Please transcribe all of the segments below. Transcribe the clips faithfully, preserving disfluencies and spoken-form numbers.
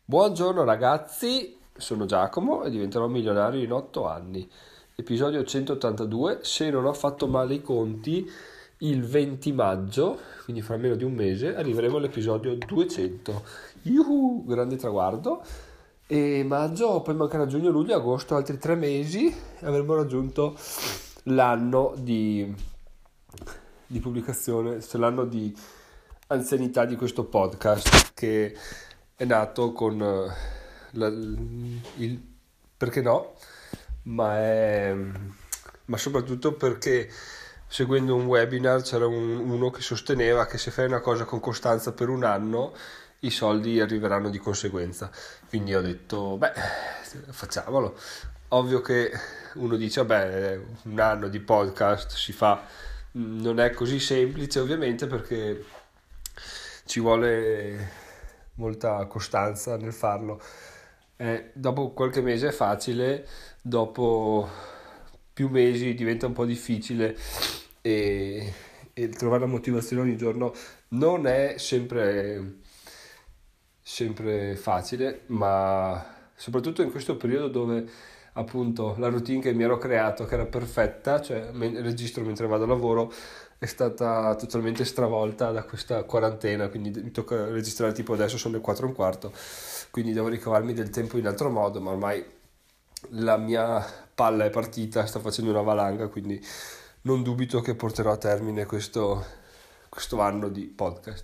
Buongiorno ragazzi, sono Giacomo e diventerò milionario in otto anni. Episodio centottantadue, se non ho fatto male i conti, il venti maggio, quindi fra meno di un mese, arriveremo all'episodio duecento. Yuhu, grande traguardo. E maggio, poi mancherà giugno, luglio, agosto, altri tre mesi e avremo raggiunto l'anno di, di pubblicazione, cioè l'anno di anzianità di questo podcast che è nato con eh, la, il perché no, ma è ma soprattutto perché seguendo un webinar c'era un, uno che sosteneva che se fai una cosa con costanza per un anno i soldi arriveranno di conseguenza. Quindi ho detto, beh, facciamolo. Ovvio che uno dice, vabbè, un anno di podcast si fa, non è così semplice ovviamente perché ci vuole molta costanza nel farlo. Eh, dopo qualche mese è facile, dopo più mesi diventa un po' difficile e, e trovare la motivazione ogni giorno non è sempre, sempre facile, ma soprattutto in questo periodo dove appunto la routine che mi ero creato, che era perfetta, cioè me- registro mentre vado a lavoro, è stata totalmente stravolta da questa quarantena, quindi mi tocca registrare tipo adesso sono le quattro e un quarto, quindi devo ricavarmi del tempo in altro modo, ma ormai la mia palla è partita, sta facendo una valanga, quindi non dubito che porterò a termine questo, questo anno di podcast.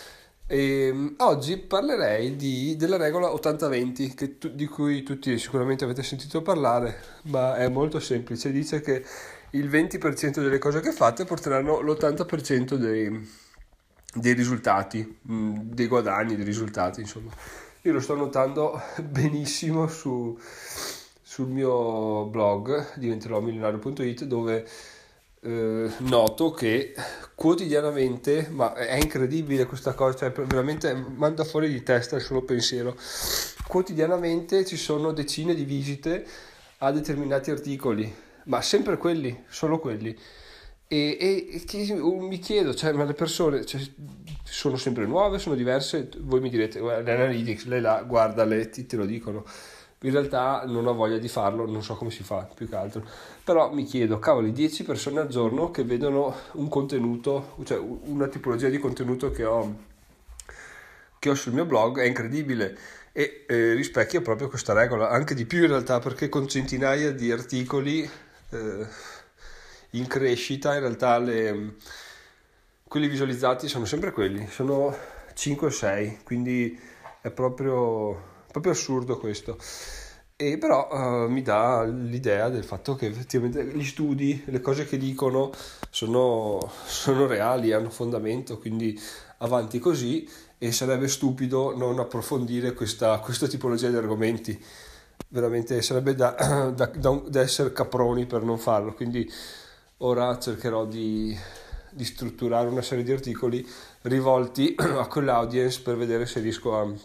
E oggi parlerei di, della regola ottanta venti che tu, di cui tutti sicuramente avete sentito parlare, ma è molto semplice. Dice che il venti per cento delle cose che fate porteranno l'ottanta per cento dei, dei risultati, dei guadagni, dei risultati, insomma. Io lo sto notando benissimo su, sul mio blog diventerò milionario punto it, dove eh, noto che quotidianamente, ma è incredibile questa cosa, cioè veramente manda fuori di testa il solo pensiero, quotidianamente ci sono decine di visite a determinati articoli, ma sempre quelli, solo quelli. E, e, e che, mi chiedo, cioè, ma le persone cioè, sono sempre nuove, sono diverse. Voi mi direte, le analytics, lei là, guardale, ti, te lo dicono. In realtà non ho voglia di farlo, non so come si fa, più che altro. Però mi chiedo, cavoli, dieci persone al giorno che vedono un contenuto, cioè una tipologia di contenuto che ho, che ho sul mio blog, è incredibile. E eh, rispecchia proprio questa regola, anche di più in realtà, perché con centinaia di articoli eh, in crescita, in realtà le, quelli visualizzati sono sempre quelli, sono cinque o sei, quindi è proprio, proprio assurdo questo. E però uh, mi dà l'idea del fatto che effettivamente gli studi, le cose che dicono sono, sono reali, hanno fondamento, quindi avanti così, e sarebbe stupido non approfondire questa, questa tipologia di argomenti. Veramente sarebbe da, da, da, da essere caproni per non farlo, quindi ora cercherò di, di strutturare una serie di articoli rivolti a quell'audience per vedere se riesco a,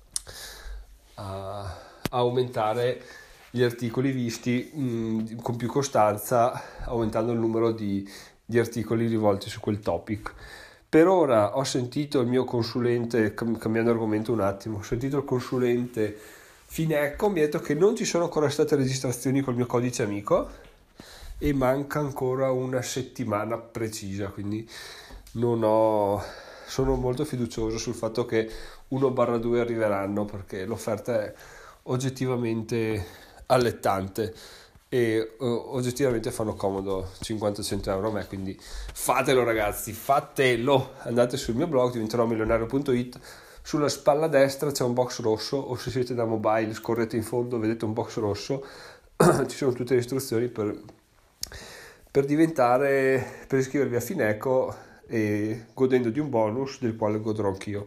a, a aumentare gli articoli visti mh, con più costanza, aumentando il numero di, di articoli rivolti su quel topic. Per ora ho sentito il mio consulente, cambiando argomento un attimo, ho sentito il consulente Fineco, mi ha detto che non ci sono ancora state registrazioni col mio codice amico e manca ancora una settimana precisa, quindi non ho, sono molto fiducioso sul fatto che uno barra due arriveranno, perché l'offerta è oggettivamente allettante e uh, oggettivamente fanno comodo cinquanta cento euro a me, quindi fatelo ragazzi, fatelo, andate sul mio blog diventerò milionario punto it, sulla spalla destra c'è un box rosso, o se siete da mobile scorrete in fondo, vedete un box rosso, ci sono tutte le istruzioni per, per diventare, per iscrivervi a Fineco e godendo di un bonus del quale godrò anch'io.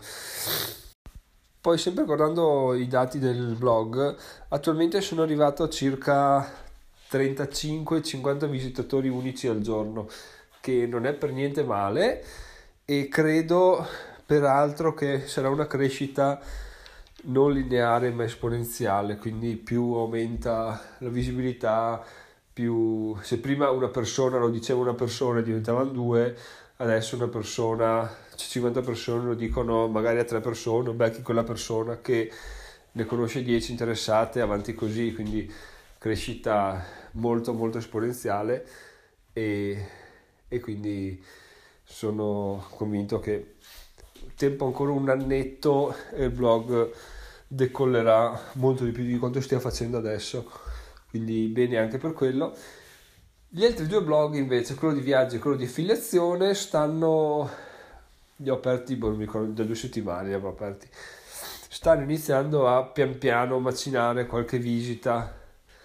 Poi sempre guardando i dati del blog, attualmente sono arrivato a circa trentacinque cinquanta visitatori unici al giorno, che non è per niente male, e credo peraltro che sarà una crescita non lineare ma esponenziale, quindi più aumenta la visibilità, più se prima una persona lo diceva una persona e diventavano due, adesso una persona, cinquanta persone lo dicono magari a tre persone, becchi quella persona che ne conosce dieci interessate, avanti così, quindi crescita molto molto esponenziale e, e quindi sono convinto che tempo ancora un annetto e il blog decollerà molto di più di quanto stia facendo adesso, quindi bene anche per quello. Gli altri due blog invece, quello di viaggi e quello di affiliazione, stanno, li ho aperti, boh, non mi ricordo, da due settimane li avevo aperti, stanno iniziando a pian piano macinare qualche visita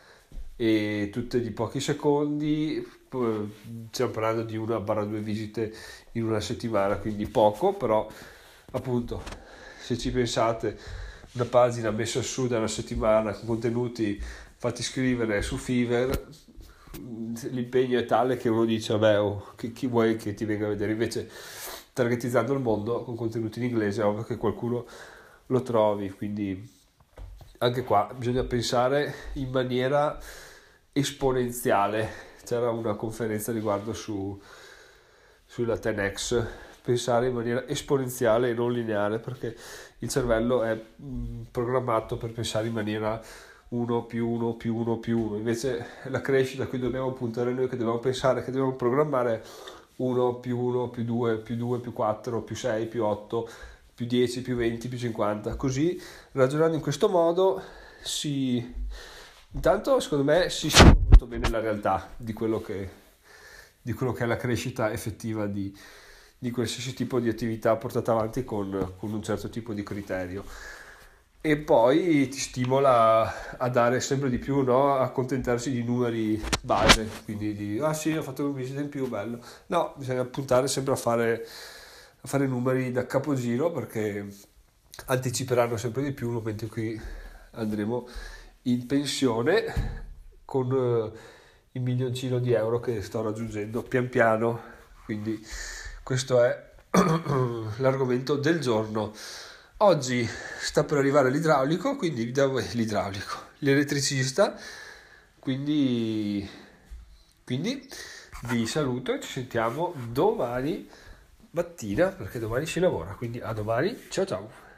e tutte di pochi secondi, stiamo parlando di una barra due visite in una settimana, quindi poco, però appunto se ci pensate, una pagina messa su da una settimana con contenuti fatti scrivere su Fiverr, l'impegno è tale che uno dice vabbè, oh, chi, chi vuoi che ti venga a vedere, invece targetizzando il mondo con contenuti in inglese è ovvio che qualcuno lo trovi, quindi anche qua bisogna pensare in maniera esponenziale. C'era una conferenza riguardo su sulla ten X, pensare in maniera esponenziale e non lineare, perché il cervello è programmato per pensare in maniera uno più uno più uno più uno, invece la crescita a cui dobbiamo puntare noi, che dobbiamo pensare, che dobbiamo programmare uno più uno più due più due più quattro più sei più otto più dieci più venti più cinquanta, così ragionando in questo modo si intanto secondo me si spiega molto bene la realtà di quello che di quello che è la crescita effettiva di, di qualsiasi tipo di attività portata avanti con, con un certo tipo di criterio, e poi ti stimola a dare sempre di più, no? A accontentarsi di numeri base, quindi di ah sì, ho fatto un visita in più, bello. No, bisogna puntare sempre a fare, a fare numeri da capogiro, perché anticiperanno sempre di più il momento in cui andremo in pensione con uh, il milioncino di euro che sto raggiungendo pian piano. Quindi questo è l'argomento del giorno. Oggi sta per arrivare l'idraulico, quindi l'idraulico, l'elettricista, quindi, quindi vi saluto e ci sentiamo domani mattina, perché domani si lavora, quindi a domani, ciao ciao.